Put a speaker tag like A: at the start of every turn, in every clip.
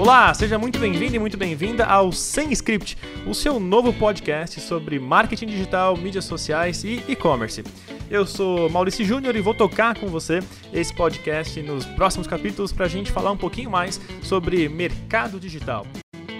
A: Olá, seja muito bem-vindo e muito bem-vinda ao Sem Script, o seu novo podcast sobre marketing digital, mídias sociais e e-commerce. Eu sou Maurício Júnior e vou tocar com você esse podcast nos próximos capítulos para a gente falar um pouquinho mais sobre mercado digital.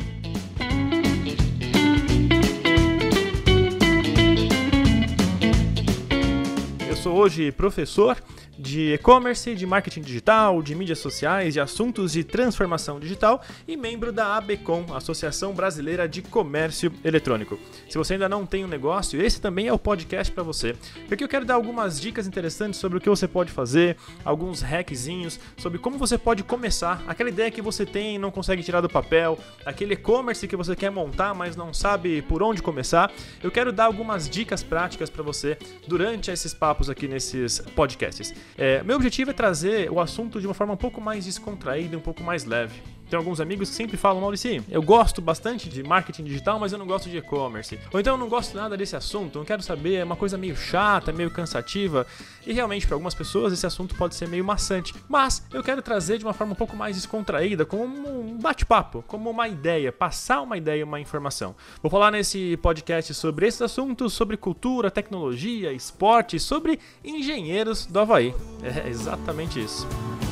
A: Eu sou hoje professor de e-commerce, de marketing digital, de mídias sociais, de assuntos de transformação digital e membro da ABCom, Associação Brasileira de Comércio Eletrônico. Se você ainda não tem um negócio, esse também é o podcast para você. Porque eu quero dar algumas dicas interessantes sobre o que você pode fazer, alguns hackzinhos sobre como você pode começar, aquela ideia que você tem e não consegue tirar do papel, aquele e-commerce que você quer montar, mas não sabe por onde começar. Eu quero dar algumas dicas práticas para você durante esses papos aqui nesses podcasts. Meu objetivo é trazer o assunto de uma forma um pouco mais descontraída e um pouco mais leve. Tem alguns amigos que sempre falam, Maurício, eu gosto bastante de marketing digital, mas eu não gosto de e-commerce. Ou então eu não gosto nada desse assunto, não quero saber, é uma coisa meio chata, meio cansativa. E realmente, para algumas pessoas, esse assunto pode ser meio maçante. Mas eu quero trazer de uma forma um pouco mais descontraída, como um bate-papo, como uma ideia, passar uma ideia, uma informação. Vou falar nesse podcast sobre esses assuntos, sobre cultura, tecnologia, esporte, sobre engenheiros do Havaí. É exatamente isso.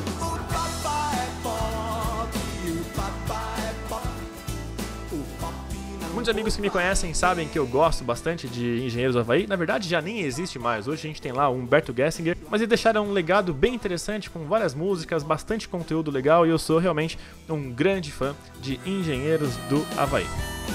A: Muitos amigos que me conhecem sabem que eu gosto bastante de Engenheiros do Havaí. Na verdade, já nem existe mais. Hoje a gente tem lá o Humberto Gessinger. Mas eles deixaram um legado bem interessante, com várias músicas, bastante conteúdo legal. E eu sou realmente um grande fã de Engenheiros do Havaí.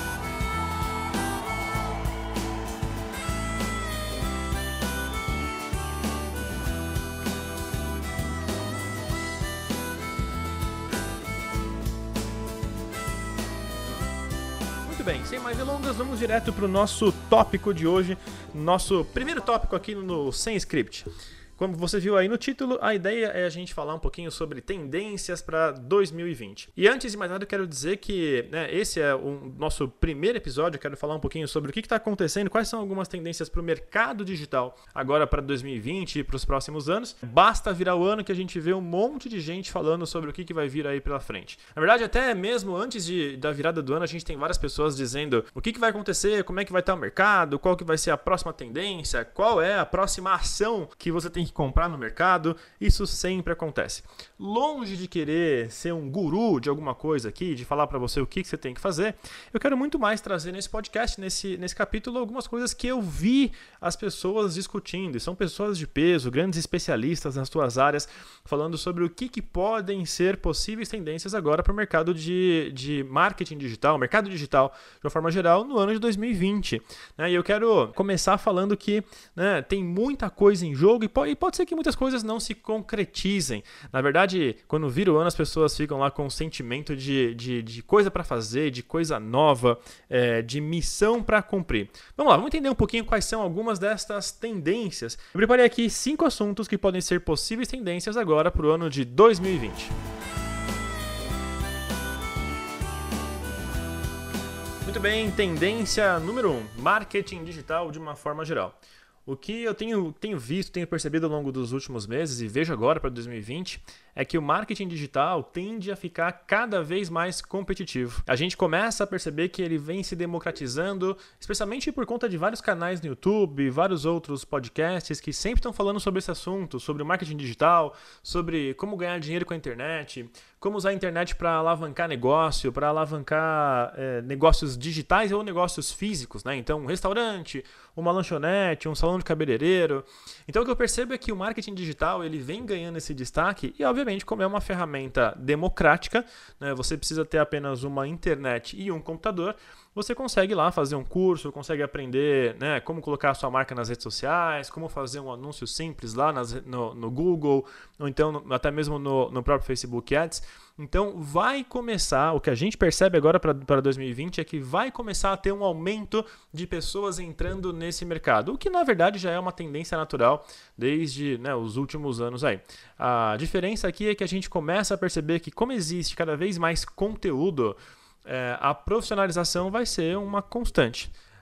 A: Muito bem, sem mais delongas, vamos direto para o nosso tópico de hoje, nosso primeiro tópico aqui no Sem Script. Como você viu aí no título, a ideia é a gente falar um pouquinho sobre tendências para 2020. E antes de mais nada, eu quero dizer que esse é o nosso primeiro episódio. Eu quero falar um pouquinho sobre o que está acontecendo, quais são algumas tendências para o mercado digital agora para 2020 e para os próximos anos. Basta virar o ano que a gente vê um monte de gente falando sobre o que vai vir aí pela frente. Na verdade, até mesmo antes da virada do ano, a gente tem várias pessoas dizendo o que vai acontecer, como é que vai estar o mercado, qual que vai ser a próxima tendência, qual é a próxima ação que você tem que comprar no mercado. Isso sempre acontece. Longe de querer ser um guru de alguma coisa aqui, de falar para você o que você tem que fazer, eu quero muito mais trazer nesse podcast, nesse capítulo, algumas coisas que eu vi as pessoas discutindo, e são pessoas de peso, grandes especialistas nas suas áreas, falando sobre o que podem ser possíveis tendências agora para o mercado de marketing digital, mercado digital de uma forma geral, no ano de 2020. E eu quero começar falando que tem muita coisa em jogo e pode ser que muitas coisas não se concretizem. Na verdade, quando vira o ano, as pessoas ficam lá com um sentimento de coisa para fazer, de coisa nova, de missão para cumprir. Vamos lá, vamos entender um pouquinho quais são algumas destas tendências. Eu preparei aqui 5 assuntos que podem ser possíveis tendências agora para o ano de 2020. Muito bem, tendência número 1, marketing digital de uma forma geral. O que eu tenho visto, tenho percebido ao longo dos últimos meses e vejo agora para 2020 é que o marketing digital tende a ficar cada vez mais competitivo. A gente começa a perceber que ele vem se democratizando, especialmente por conta de vários canais no YouTube, vários outros podcasts que sempre estão falando sobre esse assunto, sobre o marketing digital, sobre como ganhar dinheiro com a internet, como usar a internet para alavancar negócio, para alavancar negócios digitais ou negócios físicos, né? Então, um restaurante, uma lanchonete, um salão de cabeleireiro. Então, o que eu percebo é que o marketing digital ele vem ganhando esse destaque e, obviamente, como é uma ferramenta democrática, né? Você precisa ter apenas uma internet e um computador, você consegue lá fazer um curso, consegue aprender como colocar a sua marca nas redes sociais, como fazer um anúncio simples lá no Google, ou então até mesmo no próprio Facebook Ads. Então vai começar, o que a gente percebe agora para 2020 é que vai começar a ter um aumento de pessoas entrando nesse mercado, o que na verdade já é uma tendência natural desde os últimos anos aí. A diferença aqui é que a gente começa a perceber que como existe cada vez mais conteúdo, a profissionalização vai ser uma constante.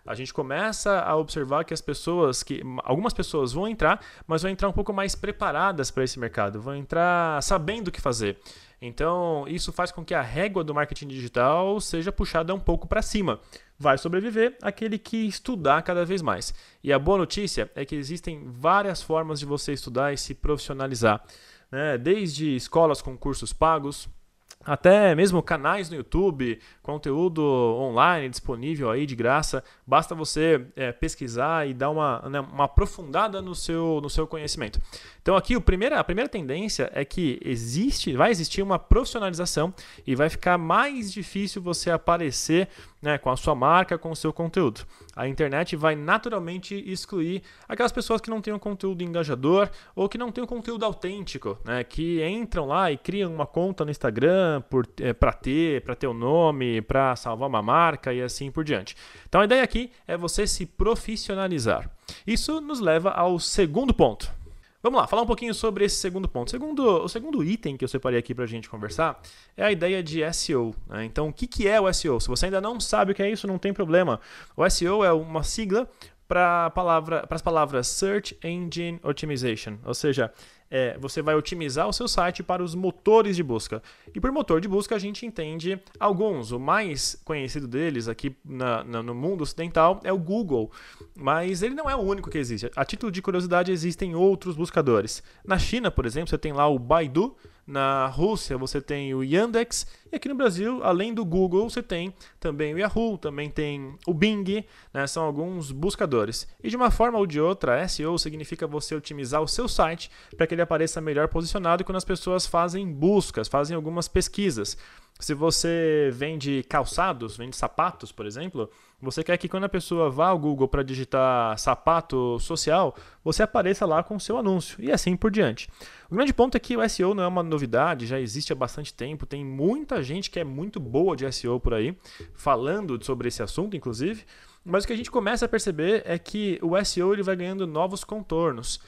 A: A gente começa a observar que algumas pessoas vão entrar, mas vão entrar um pouco mais preparadas para esse mercado, vão entrar sabendo o que fazer. Então, isso faz com que a régua do marketing digital seja puxada um pouco para cima. Vai sobreviver aquele que estudar cada vez mais. E a boa notícia é que existem várias formas de você estudar e se profissionalizar, né? Desde escolas com cursos pagos, até mesmo canais no YouTube, conteúdo online disponível aí de graça. Basta você pesquisar e dar uma aprofundada no seu conhecimento. Então aqui a primeira tendência é que vai existir uma profissionalização e vai ficar mais difícil você aparecer, né, com a sua marca, com o seu conteúdo. A internet vai naturalmente excluir aquelas pessoas que não têm um conteúdo engajador ou que não têm um conteúdo autêntico, né, que entram lá e criam uma conta no Instagram para ter o nome, para salvar uma marca e assim por diante. Então a ideia aqui é você se profissionalizar. Isso nos leva ao segundo ponto. Vamos lá, falar um pouquinho sobre esse segundo ponto. O segundo item que eu separei aqui para a gente conversar é a ideia de SEO, né? Então, o que é o SEO? Se você ainda não sabe o que é isso, não tem problema. O SEO é uma sigla para as palavras Search Engine Optimization, ou seja, você vai otimizar o seu site para os motores de busca. E por motor de busca a gente entende alguns. O mais conhecido deles aqui no mundo ocidental é o Google, mas ele não é o único que existe. A título de curiosidade, existem outros buscadores. Na China, por exemplo, você tem lá o Baidu. Na Rússia você tem o Yandex, e aqui no Brasil, além do Google, você tem também o Yahoo, também tem o Bing, né? São alguns buscadores. E de uma forma ou de outra, SEO significa você otimizar o seu site para que ele apareça melhor posicionado quando as pessoas fazem buscas, fazem algumas pesquisas. Se você vende calçados, vende sapatos, por exemplo, você quer que quando a pessoa vá ao Google para digitar sapato social, você apareça lá com o seu anúncio e assim por diante. O grande ponto é que o SEO não é uma novidade, já existe há bastante tempo, tem muita gente que é muito boa de SEO por aí, falando sobre esse assunto, inclusive, mas o que a gente começa a perceber é que o SEO ele vai ganhando novos contornos.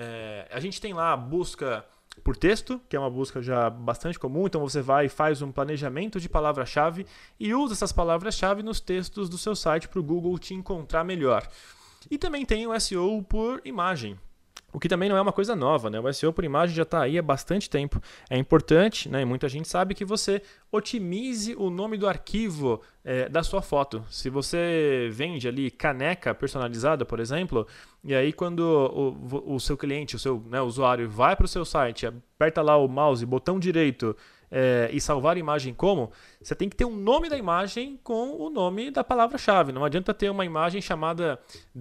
A: A gente tem lá a busca por texto, que é uma busca já bastante comum, então você vai e faz um planejamento de palavra-chave e usa essas palavras-chave nos textos do seu site para o Google te encontrar melhor. E também tem o SEO por imagem, o que também não é uma coisa nova, né? O SEO por imagem já está aí há bastante tempo. É importante, né? E muita gente sabe que você otimize o nome do arquivo da sua foto. Se você vende ali caneca personalizada, por exemplo, e aí quando o seu cliente, o seu usuário vai para o seu site, aperta lá o mouse, botão direito, e salvar a imagem como, você tem que ter um nome da imagem com o nome da palavra-chave. Não adianta ter uma imagem chamada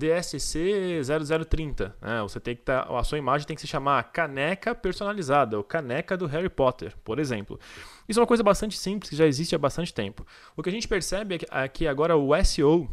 A: DSC 0030. Né? Você tem que a sua imagem tem que se chamar caneca personalizada, ou caneca do Harry Potter, por exemplo. Isso é uma coisa bastante simples, que já existe há bastante tempo. O que a gente percebe é que agora o SEO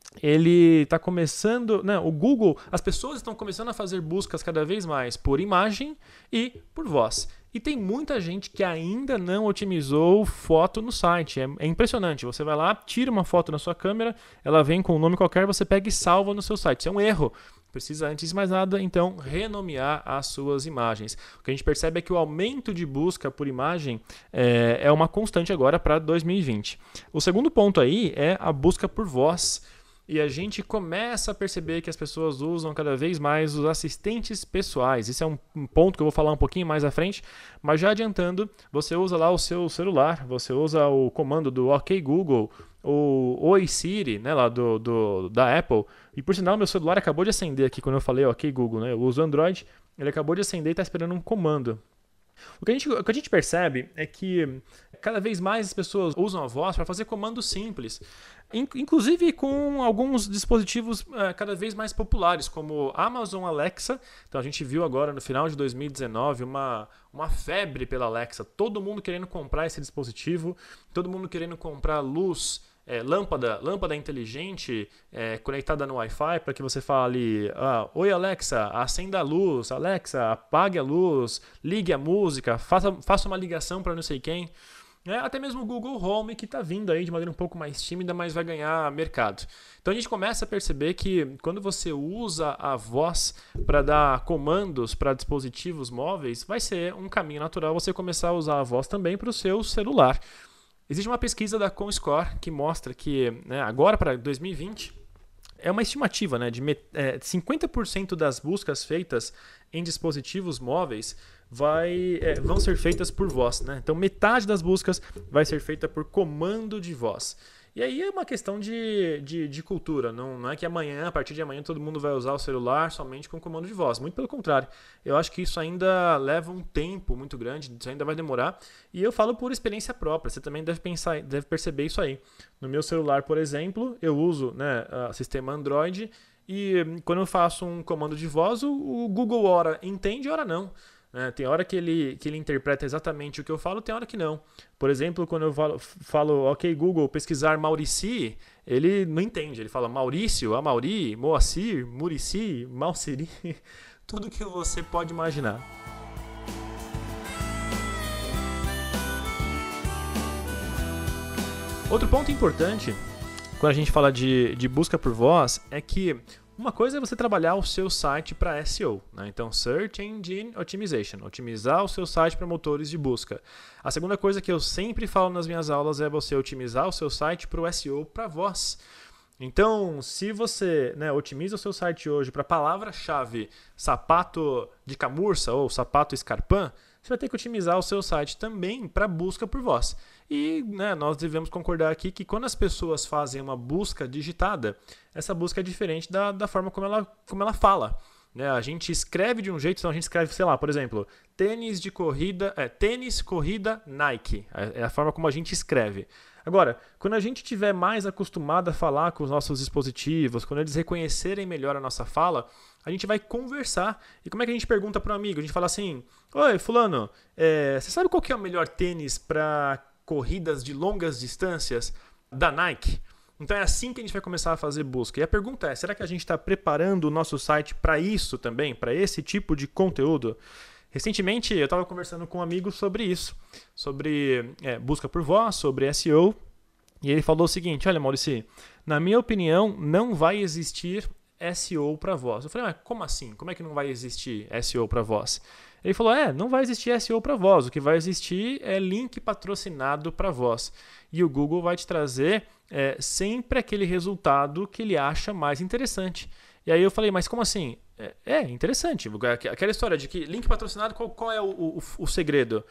A: ele está começando, né, o Google, as pessoas estão começando a fazer buscas cada vez mais por imagem e por voz. E tem muita gente que ainda não otimizou foto no site. É impressionante. Você vai lá, tira uma foto na sua câmera, ela vem com um nome qualquer, você pega e salva no seu site. Isso é um erro. Precisa, antes de mais nada, então, renomear as suas imagens. O que a gente percebe é que o aumento de busca por imagem é uma constante agora para 2020. O segundo ponto aí é a busca por voz. E a gente começa a perceber que as pessoas usam cada vez mais os assistentes pessoais. Isso é um ponto que eu vou falar um pouquinho mais à frente, mas já adiantando, você usa lá o seu celular, você usa o comando do OK Google, o Oi Siri, né, lá da Apple. E por sinal, meu celular acabou de acender aqui quando eu falei OK Google, né? Eu uso Android, ele acabou de acender e está esperando um comando. O que a gente percebe é que cada vez mais as pessoas usam a voz para fazer comandos simples, inclusive com alguns dispositivos cada vez mais populares, como Amazon Alexa. Então a gente viu agora no final de 2019 uma febre pela Alexa, todo mundo querendo comprar esse dispositivo, todo mundo querendo comprar luz, lâmpada inteligente conectada no Wi-Fi para que você fale: oi Alexa, acenda a luz, Alexa, apague a luz, ligue a música, faça uma ligação para não sei quem. Até mesmo o Google Home, que está vindo aí de maneira um pouco mais tímida, mas vai ganhar mercado. Então a gente começa a perceber que quando você usa a voz para dar comandos para dispositivos móveis, vai ser um caminho natural você começar a usar a voz também para o seu celular. Existe uma pesquisa da Comscore que mostra que agora para 2020, é uma estimativa, né, de 50% das buscas feitas em dispositivos móveis vão ser feitas por voz, né? Então metade das buscas vai ser feita por comando de voz. E aí é uma questão de cultura, não é que amanhã, a partir de amanhã, todo mundo vai usar o celular somente com comando de voz. Muito pelo contrário. Eu acho que isso ainda leva um tempo muito grande, isso ainda vai demorar. E eu falo por experiência própria, você também deve perceber isso aí. No meu celular, por exemplo, eu uso, né, sistema Android e quando eu faço um comando de voz, o Google ora entende, ora não. Tem hora que ele interpreta exatamente o que eu falo, tem hora que não. Por exemplo, quando eu falo ok, Google, pesquisar Maurici, ele não entende. Ele fala Maurício, Amauri, Moacir, Murici, Malciri, tudo que você pode imaginar. Outro ponto importante, quando a gente fala de busca por voz, é que uma coisa é você trabalhar o seu site para SEO, né? Então, Search Engine Optimization, otimizar o seu site para motores de busca. A segunda coisa que eu sempre falo nas minhas aulas é você otimizar o seu site para o SEO para voz. Então, se você, né, otimiza o seu site hoje para a palavra-chave sapato de camurça ou sapato escarpin, você vai ter que otimizar o seu site também para busca por voz. E, né, nós devemos concordar aqui que quando as pessoas fazem uma busca digitada, essa busca é diferente da forma como ela fala. Né? A gente escreve de um jeito, então a gente escreve, sei lá, por exemplo, tênis, corrida, Nike. É a forma como a gente escreve. Agora, quando a gente estiver mais acostumado a falar com os nossos dispositivos, quando eles reconhecerem melhor a nossa fala, a gente vai conversar. E como é que a gente pergunta para um amigo? A gente fala assim, oi, fulano, você sabe qual que é o melhor tênis para corridas de longas distâncias da Nike? Então é assim que a gente vai começar a fazer busca. E a pergunta é, será que a gente está preparando o nosso site para isso também, para esse tipo de conteúdo? Recentemente eu estava conversando com um amigo sobre isso, sobre busca por voz, sobre SEO, e ele falou o seguinte, olha Maurício, na minha opinião não vai existir SEO para voz. Eu falei, mas como assim? Como é que não vai existir SEO para voz? Ele falou, não vai existir SEO para voz, o que vai existir é link patrocinado para voz. E o Google vai te trazer sempre aquele resultado que ele acha mais interessante. E aí eu falei, mas como assim? Interessante. Aquela história de que link patrocinado, qual é o segredo?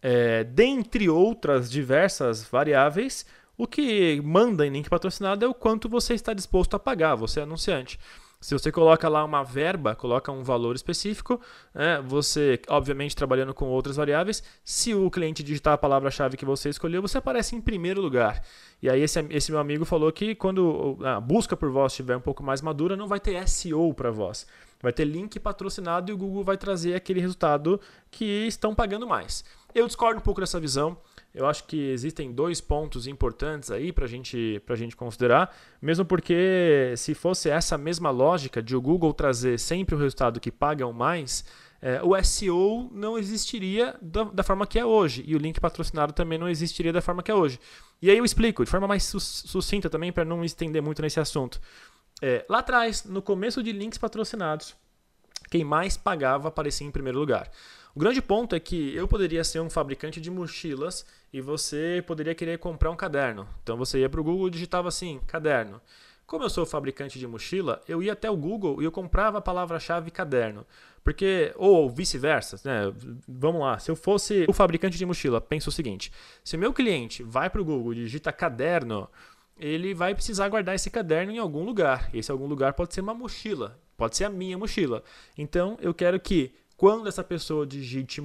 A: Dentre outras diversas variáveis, o que manda em link patrocinado é o quanto você está disposto a pagar, você é anunciante. Se você coloca lá uma verba, coloca um valor específico, você, obviamente, trabalhando com outras variáveis, se o cliente digitar a palavra-chave que você escolheu, você aparece em primeiro lugar. E aí esse meu amigo falou que quando a busca por voz estiver um pouco mais madura, não vai ter SEO para voz. Vai ter link patrocinado e o Google vai trazer aquele resultado que estão pagando mais. Eu discordo um pouco dessa visão. Eu acho que existem 2 pontos importantes aí para a gente considerar, mesmo porque se fosse essa mesma lógica de o Google trazer sempre o resultado que pagam mais, o SEO não existiria da forma que é hoje e o link patrocinado também não existiria da forma que é hoje. E aí eu explico de forma mais sucinta também para não me estender muito nesse assunto. Lá atrás, no começo de links patrocinados, quem mais pagava aparecia em primeiro lugar. O grande ponto é que eu poderia ser um fabricante de mochilas e você poderia querer comprar um caderno. Então você ia para o Google e digitava assim, caderno. Como eu sou fabricante de mochila, eu ia até o Google e eu comprava a palavra-chave caderno. Ou vice-versa, né? Vamos lá, se eu fosse o fabricante de mochila, pensa o seguinte, se o meu cliente vai para o Google e digita caderno, ele vai precisar guardar esse caderno em algum lugar. Esse algum lugar pode ser uma mochila, pode ser a minha mochila. Então eu quero que quando essa pessoa digite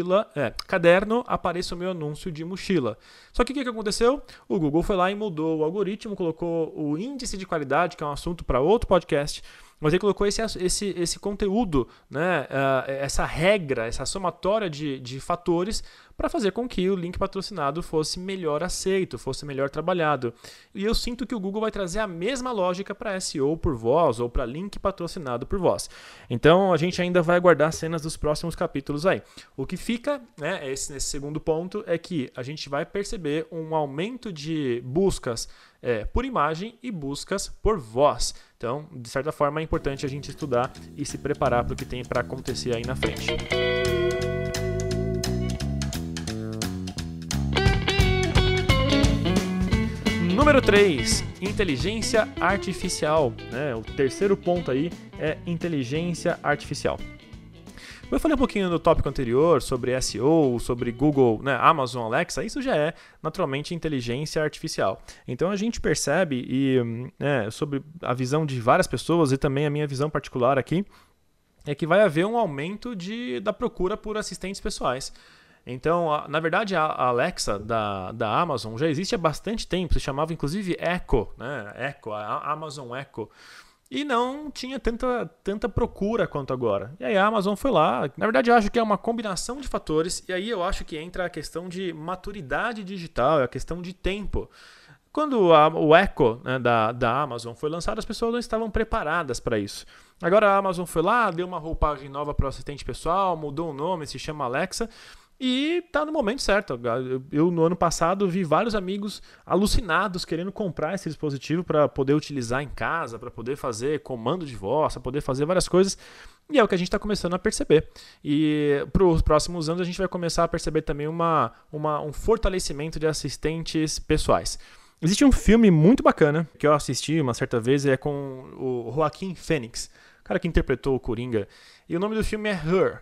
A: caderno, apareça o meu anúncio de mochila. Só que o que aconteceu? O Google foi lá e mudou o algoritmo, colocou o índice de qualidade, que é um assunto para outro podcast, mas ele colocou esse conteúdo, né, essa regra, essa somatória de fatores para fazer com que o link patrocinado fosse melhor aceito, fosse melhor trabalhado. E eu sinto que o Google vai trazer a mesma lógica para SEO por voz ou para link patrocinado por voz. Então a gente ainda vai aguardar cenas dos próximos capítulos aí. O que fica, né, nesse segundo ponto, é que a gente vai perceber um aumento de buscas por imagem e buscas por voz. Então, de certa forma, é importante a gente estudar e se preparar para o que tem para acontecer aí na frente. Número 3, inteligência artificial. O terceiro ponto aí é inteligência artificial. Eu falei um pouquinho no tópico anterior sobre SEO, sobre Google, Amazon Alexa, isso já é naturalmente inteligência artificial. Então a gente percebe, sobre a visão de várias pessoas e também a minha visão particular aqui, é que vai haver um aumento da procura por assistentes pessoais. Então, na verdade, a Alexa da Amazon já existe há bastante tempo, se chamava inclusive Echo, Echo, a Amazon Echo. E não tinha tanta procura quanto agora. E aí a Amazon foi lá. Na verdade, eu acho que é uma combinação de fatores. E aí eu acho que entra a questão de maturidade digital, a questão de tempo. Quando o Echo da Amazon foi lançado, as pessoas não estavam preparadas para isso. Agora a Amazon foi lá, deu uma roupagem nova para o assistente pessoal, mudou o nome, se chama Alexa. E tá no momento certo. Eu no ano passado vi vários amigos alucinados querendo comprar esse dispositivo para poder utilizar em casa, para poder fazer comando de voz, para poder fazer várias coisas. E é o que a gente está começando a perceber. E para os próximos anos a gente vai começar a perceber também um fortalecimento de assistentes pessoais. Existe um filme muito bacana que eu assisti uma certa vez, é com o Joaquin Phoenix, o cara que interpretou o Coringa. E o nome do filme é Her.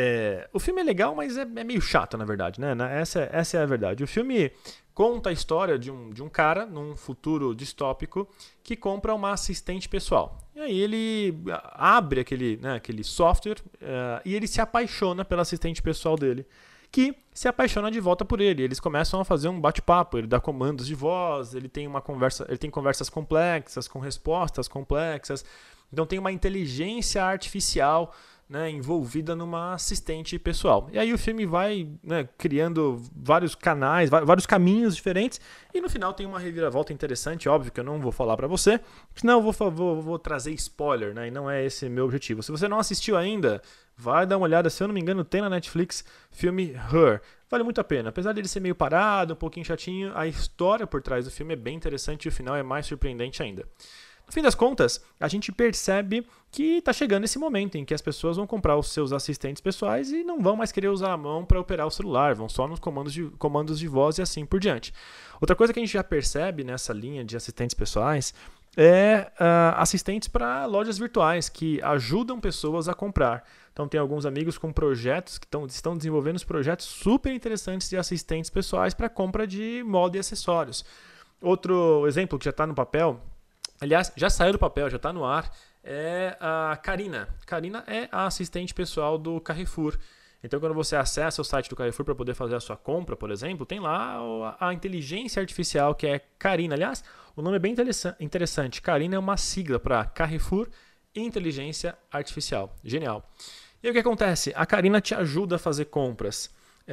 A: O filme é legal, mas é meio chato, na verdade, né? Essa é a verdade. O filme conta a história de um cara, num futuro distópico, que compra uma assistente pessoal. E aí ele abre aquele software e ele se apaixona pela assistente pessoal dele, que se apaixona de volta por ele. Eles começam a fazer um bate-papo, ele dá comandos de voz, ele tem conversas complexas, com respostas complexas. Então tem uma inteligência artificial envolvida numa assistente pessoal. E aí o filme vai criando vários canais, vários caminhos diferentes, e no final tem uma reviravolta interessante, óbvio que eu não vou falar para você, senão eu vou trazer spoiler, e não é esse meu objetivo. Se você não assistiu ainda, vai dar uma olhada, se eu não me engano tem na Netflix, filme Her. Vale muito a pena, apesar dele ser meio parado, um pouquinho chatinho, a história por trás do filme é bem interessante e o final é mais surpreendente ainda. No fim das contas, a gente percebe que está chegando esse momento em que as pessoas vão comprar os seus assistentes pessoais e não vão mais querer usar a mão para operar o celular, vão só nos comandos de voz e assim por diante. Outra coisa que a gente já percebe nessa linha de assistentes pessoais é assistentes para lojas virtuais que ajudam pessoas a comprar. Então tem alguns amigos com projetos que estão desenvolvendo projetos super interessantes de assistentes pessoais para compra de moda e acessórios. Outro exemplo que já está no papel, aliás, já saiu do papel, já está no ar, é a Karina. Karina é a assistente pessoal do Carrefour. Então, quando você acessa o site do Carrefour para poder fazer a sua compra, por exemplo, tem lá a inteligência artificial que é Karina. Aliás, o nome é bem interessante. Karina é uma sigla para Carrefour Inteligência Artificial. Genial. E o que acontece? A Karina te ajuda a fazer compras.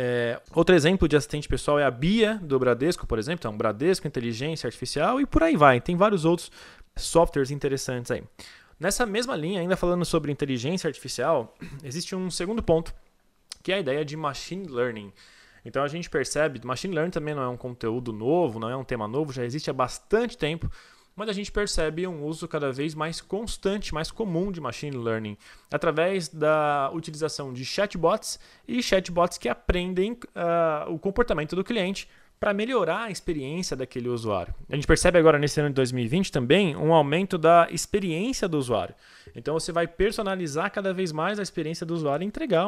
A: Outro exemplo de assistente pessoal é a Bia do Bradesco, por exemplo. Então, Bradesco, Inteligência Artificial e por aí vai. Tem vários outros softwares interessantes aí. Nessa mesma linha, ainda falando sobre inteligência artificial, existe um segundo ponto, que é a ideia de machine learning. Então a gente percebe, machine learning também não é um conteúdo novo, não é um tema novo, já existe há bastante tempo, mas a gente percebe um uso cada vez mais constante, mais comum de machine learning, através da utilização de chatbots e chatbots que aprendem o comportamento do cliente para melhorar a experiência daquele usuário. A gente percebe agora nesse ano de 2020 também um aumento da experiência do usuário. Então você vai personalizar cada vez mais a experiência do usuário e entregar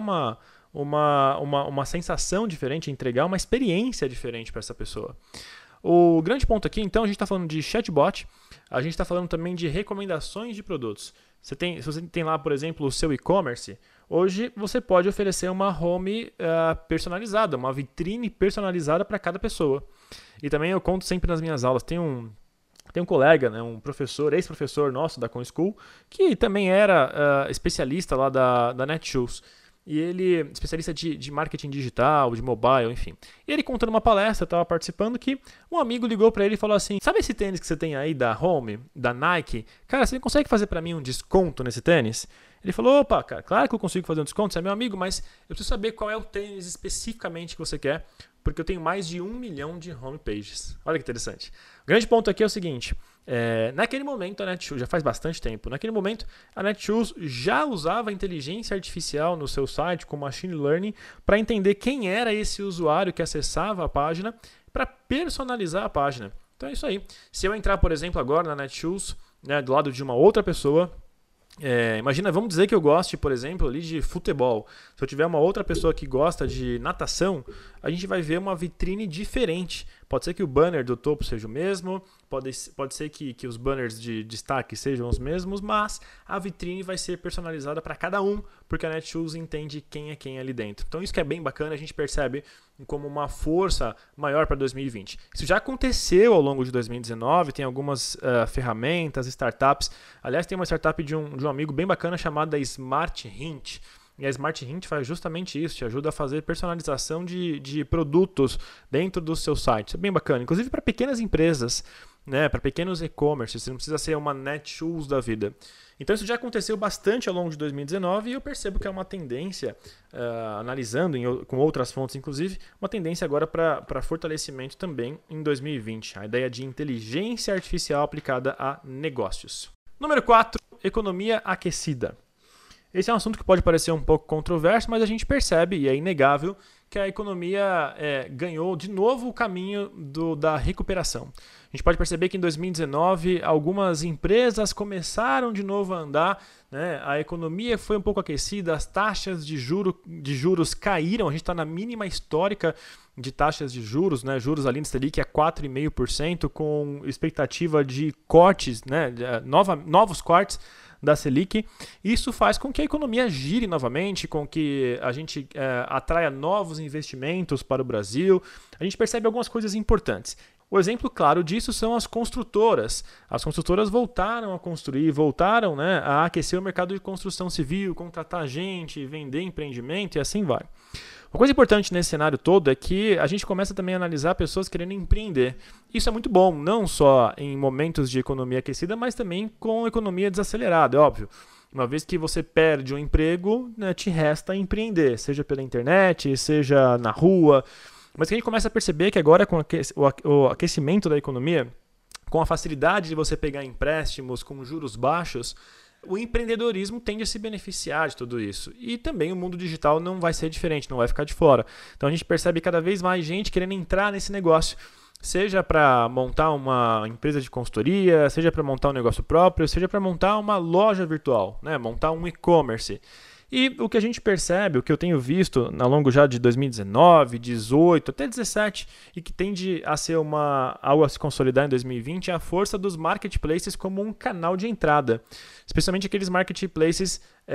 A: uma sensação diferente, entregar uma experiência diferente para essa pessoa. O grande ponto aqui, então, a gente está falando de chatbot, a gente está falando também de recomendações de produtos. Se você tem lá, por exemplo, o seu e-commerce, hoje você pode oferecer uma home personalizada, uma vitrine personalizada para cada pessoa. E também eu conto sempre nas minhas aulas, tem um colega, um professor, ex-professor nosso da ComSchool, que também era especialista lá da Netshoes. E ele, especialista de marketing digital, de mobile, enfim. E ele contando uma palestra, estava participando, que um amigo ligou para ele e falou assim: sabe esse tênis que você tem aí da Home, da Nike? Cara, você consegue fazer para mim um desconto nesse tênis? Ele falou: opa, cara, claro que eu consigo fazer um desconto, você é meu amigo, mas eu preciso saber qual é o tênis especificamente que você quer, porque eu tenho mais de 1 milhão de homepages. Olha que interessante. O grande ponto aqui é o seguinte: naquele momento a Netshoes, já faz bastante tempo, naquele momento a Netshoes já usava inteligência artificial no seu site com machine learning para entender quem era esse usuário que acessava a página, para personalizar a página. Então é isso aí. Se eu entrar, por exemplo, agora na Netshoes, né, do lado de uma outra pessoa, imagina, vamos dizer que eu goste, por exemplo, ali de futebol. Se eu tiver uma outra pessoa que gosta de natação, a gente vai ver uma vitrine diferente. Pode ser que o banner do topo seja o mesmo, pode ser que os banners de destaque sejam os mesmos, mas a vitrine vai ser personalizada para cada um, porque a Netshoes entende quem é quem ali dentro. Então isso que é bem bacana, a gente percebe como uma força maior para 2020. Isso já aconteceu ao longo de 2019, tem algumas ferramentas, startups. Aliás, tem uma startup de um amigo bem bacana chamada Smart Hint. E a Smart Hint faz justamente isso, te ajuda a fazer personalização de produtos dentro do seu site. Isso é bem bacana, inclusive para pequenas empresas, né, para pequenos e-commerce, você não precisa ser uma Netshoes da vida. Então isso já aconteceu bastante ao longo de 2019 e eu percebo que é uma tendência, analisando com outras fontes inclusive, uma tendência agora para fortalecimento também em 2020. A ideia de inteligência artificial aplicada a negócios. Número 4, economia aquecida. Esse é um assunto que pode parecer um pouco controverso, mas a gente percebe, e é inegável, que a economia ganhou de novo o caminho da recuperação. A gente pode perceber que em 2019 algumas empresas começaram de novo a andar, né? A economia foi um pouco aquecida, as taxas de juros caíram, a gente está na mínima histórica de taxas de juros, né? Juros ali no Selic é 4,5%, com expectativa de cortes, né? Novos cortes da Selic. Isso faz com que a economia gire novamente, com que a gente atraia novos investimentos para o Brasil. A gente percebe algumas coisas importantes. O exemplo claro disso são as construtoras. As construtoras voltaram a construir, voltaram, né, a aquecer o mercado de construção civil, contratar gente, vender empreendimento e assim vai. Uma coisa importante nesse cenário todo é que a gente começa também a analisar pessoas querendo empreender. Isso é muito bom, não só em momentos de economia aquecida, mas também com economia desacelerada, é óbvio. Uma vez que você perde um emprego, né, te resta empreender, seja pela internet, seja na rua. Mas que a gente começa a perceber que agora com o aquecimento da economia, com a facilidade de você pegar empréstimos com juros baixos, o empreendedorismo tende a se beneficiar de tudo isso. E também o mundo digital não vai ser diferente, não vai ficar de fora. Então a gente percebe cada vez mais gente querendo entrar nesse negócio. Seja para montar uma empresa de consultoria, seja para montar um negócio próprio, seja para montar uma loja virtual, né? Montar um e-commerce. E o que a gente percebe, o que eu tenho visto ao longo já de 2019, 18, até 17, e que tende a ser algo a se consolidar em 2020, é a força dos marketplaces como um canal de entrada. Especialmente aqueles marketplaces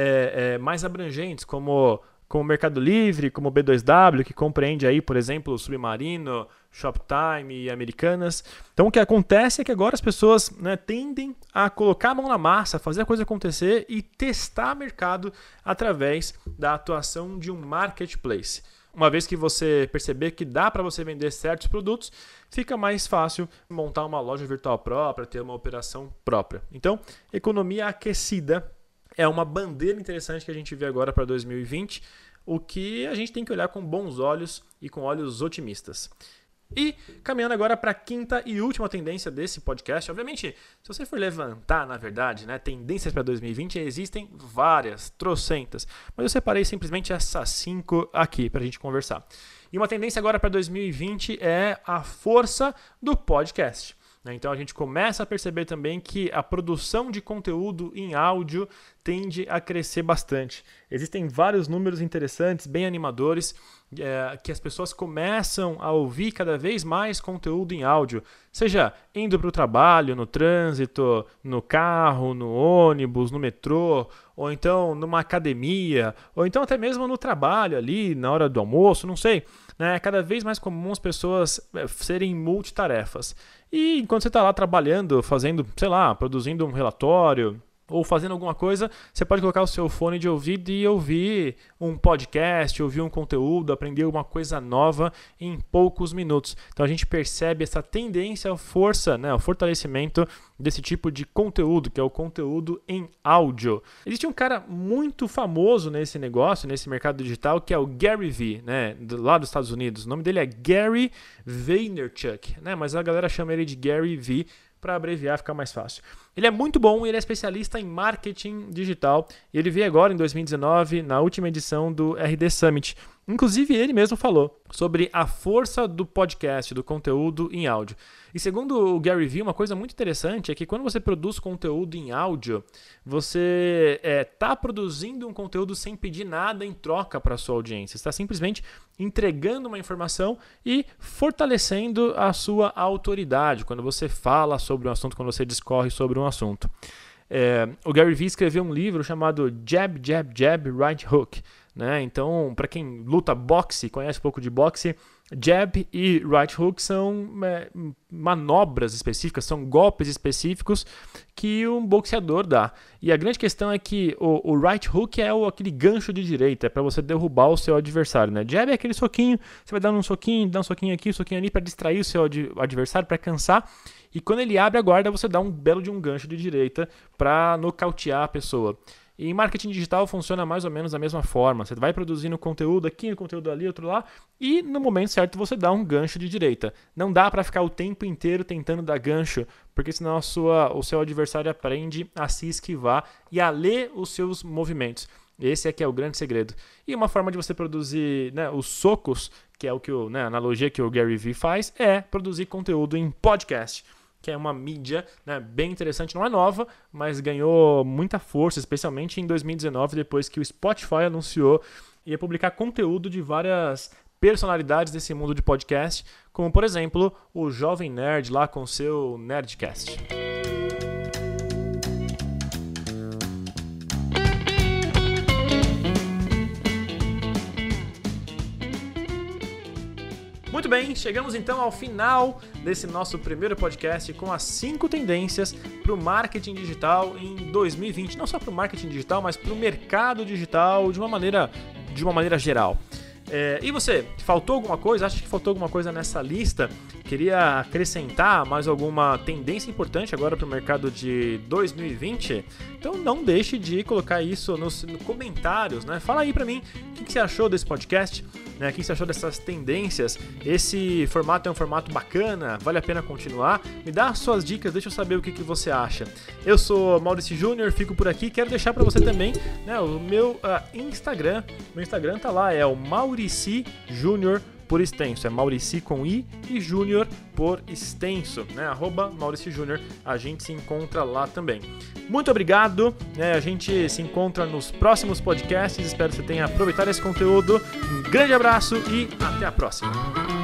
A: mais abrangentes, como o Mercado Livre, como o B2W, que compreende aí, por exemplo, o Submarino, Shoptime e Americanas. Então o que acontece é que agora as pessoas, né, tendem a colocar a mão na massa, fazer a coisa acontecer e testar mercado através da atuação de um marketplace. Uma vez que você perceber que dá para você vender certos produtos, fica mais fácil montar uma loja virtual própria, ter uma operação própria. Então, economia aquecida é uma bandeira interessante que a gente vê agora para 2020, o que a gente tem que olhar com bons olhos e com olhos otimistas. E caminhando agora para a quinta e última tendência desse podcast, obviamente, se você for levantar, na verdade, né, tendências para 2020, existem várias, trocentas, mas eu separei simplesmente essas 5 aqui para a gente conversar. E uma tendência agora para 2020 é a força do podcast. Então a gente começa a perceber também que a produção de conteúdo em áudio tende a crescer bastante. Existem vários números interessantes, bem animadores, que as pessoas começam a ouvir cada vez mais conteúdo em áudio, seja indo para o trabalho, no trânsito, no carro, no ônibus, no metrô, ou então numa academia, ou então até mesmo no trabalho ali, na hora do almoço, não sei. É cada vez mais comum as pessoas serem multitarefas. E enquanto você está lá trabalhando, fazendo, sei lá, produzindo um relatório ou fazendo alguma coisa, você pode colocar o seu fone de ouvido e ouvir um podcast, ouvir um conteúdo, aprender alguma coisa nova em poucos minutos. Então a gente percebe essa tendência, a força, né, o fortalecimento desse tipo de conteúdo, que é o conteúdo em áudio. Existe um cara muito famoso nesse negócio, nesse mercado digital, que é o Gary Vee, né, lá dos Estados Unidos. O nome dele é Gary Vaynerchuk, né, mas a galera chama ele de Gary Vee, para abreviar, ficar mais fácil. Ele é muito bom, ele é especialista em marketing digital e ele veio agora em 2019, na última edição do RD Summit. Inclusive, ele mesmo falou sobre a força do podcast, do conteúdo em áudio. E segundo o Gary Vee, uma coisa muito interessante é que quando você produz conteúdo em áudio, você está produzindo um conteúdo sem pedir nada em troca para a sua audiência. Você está simplesmente entregando uma informação e fortalecendo a sua autoridade quando você fala sobre um assunto, quando você discorre sobre um assunto. O Gary Vee escreveu um livro chamado Jab, Jab, Jab, Right Hook. Né? Então, para quem luta boxe, conhece um pouco de boxe, jab e right hook são manobras específicas, são golpes específicos que um boxeador dá. E a grande questão é que o right hook é aquele gancho de direita, é para você derrubar o seu adversário. Né? Jab é aquele soquinho, você vai dar um soquinho aqui, um soquinho ali para distrair o seu adversário, para cansar. E quando ele abre a guarda, você dá um belo de um gancho de direita para nocautear a pessoa. E em marketing digital funciona mais ou menos da mesma forma. Você vai produzindo conteúdo aqui, conteúdo ali, outro lá, e no momento certo você dá um gancho de direita. Não dá para ficar o tempo inteiro tentando dar gancho, porque senão o seu adversário aprende a se esquivar e a ler os seus movimentos. Esse aqui é o grande segredo. E uma forma de você produzir, né, os socos, que é o que a analogia que o Gary Vee faz, é produzir conteúdo em podcast, que é uma mídia, né, bem interessante, não é nova, mas ganhou muita força, especialmente em 2019, depois que o Spotify anunciou ia publicar conteúdo de várias personalidades desse mundo de podcast, como, por exemplo, o Jovem Nerd lá com seu Nerdcast. Muito bem, chegamos então ao final desse nosso primeiro podcast com as 5 tendências para o marketing digital em 2020. Não só para o marketing digital, mas para o mercado digital de uma maneira geral. E você, faltou alguma coisa? Acha que faltou alguma coisa nessa lista? Queria acrescentar mais alguma tendência importante agora para o mercado de 2020? Então não deixe de colocar isso nos comentários, né? Fala aí para mim o que você achou desse podcast, né? O que você achou dessas tendências? Esse formato é um formato bacana? Vale a pena continuar? Me dá suas dicas, deixa eu saber o que você acha. Eu sou Maurici Júnior, fico por aqui. Quero deixar para você também, né, o meu Instagram. Meu Instagram tá lá, é o Maurici Júnior por extenso, é Maurici com I e Júnior por extenso, né? @Maurici Júnior, a gente se encontra lá também. Muito obrigado, né? A gente se encontra nos próximos podcasts, espero que você tenha aproveitado esse conteúdo. Um grande abraço e até a próxima!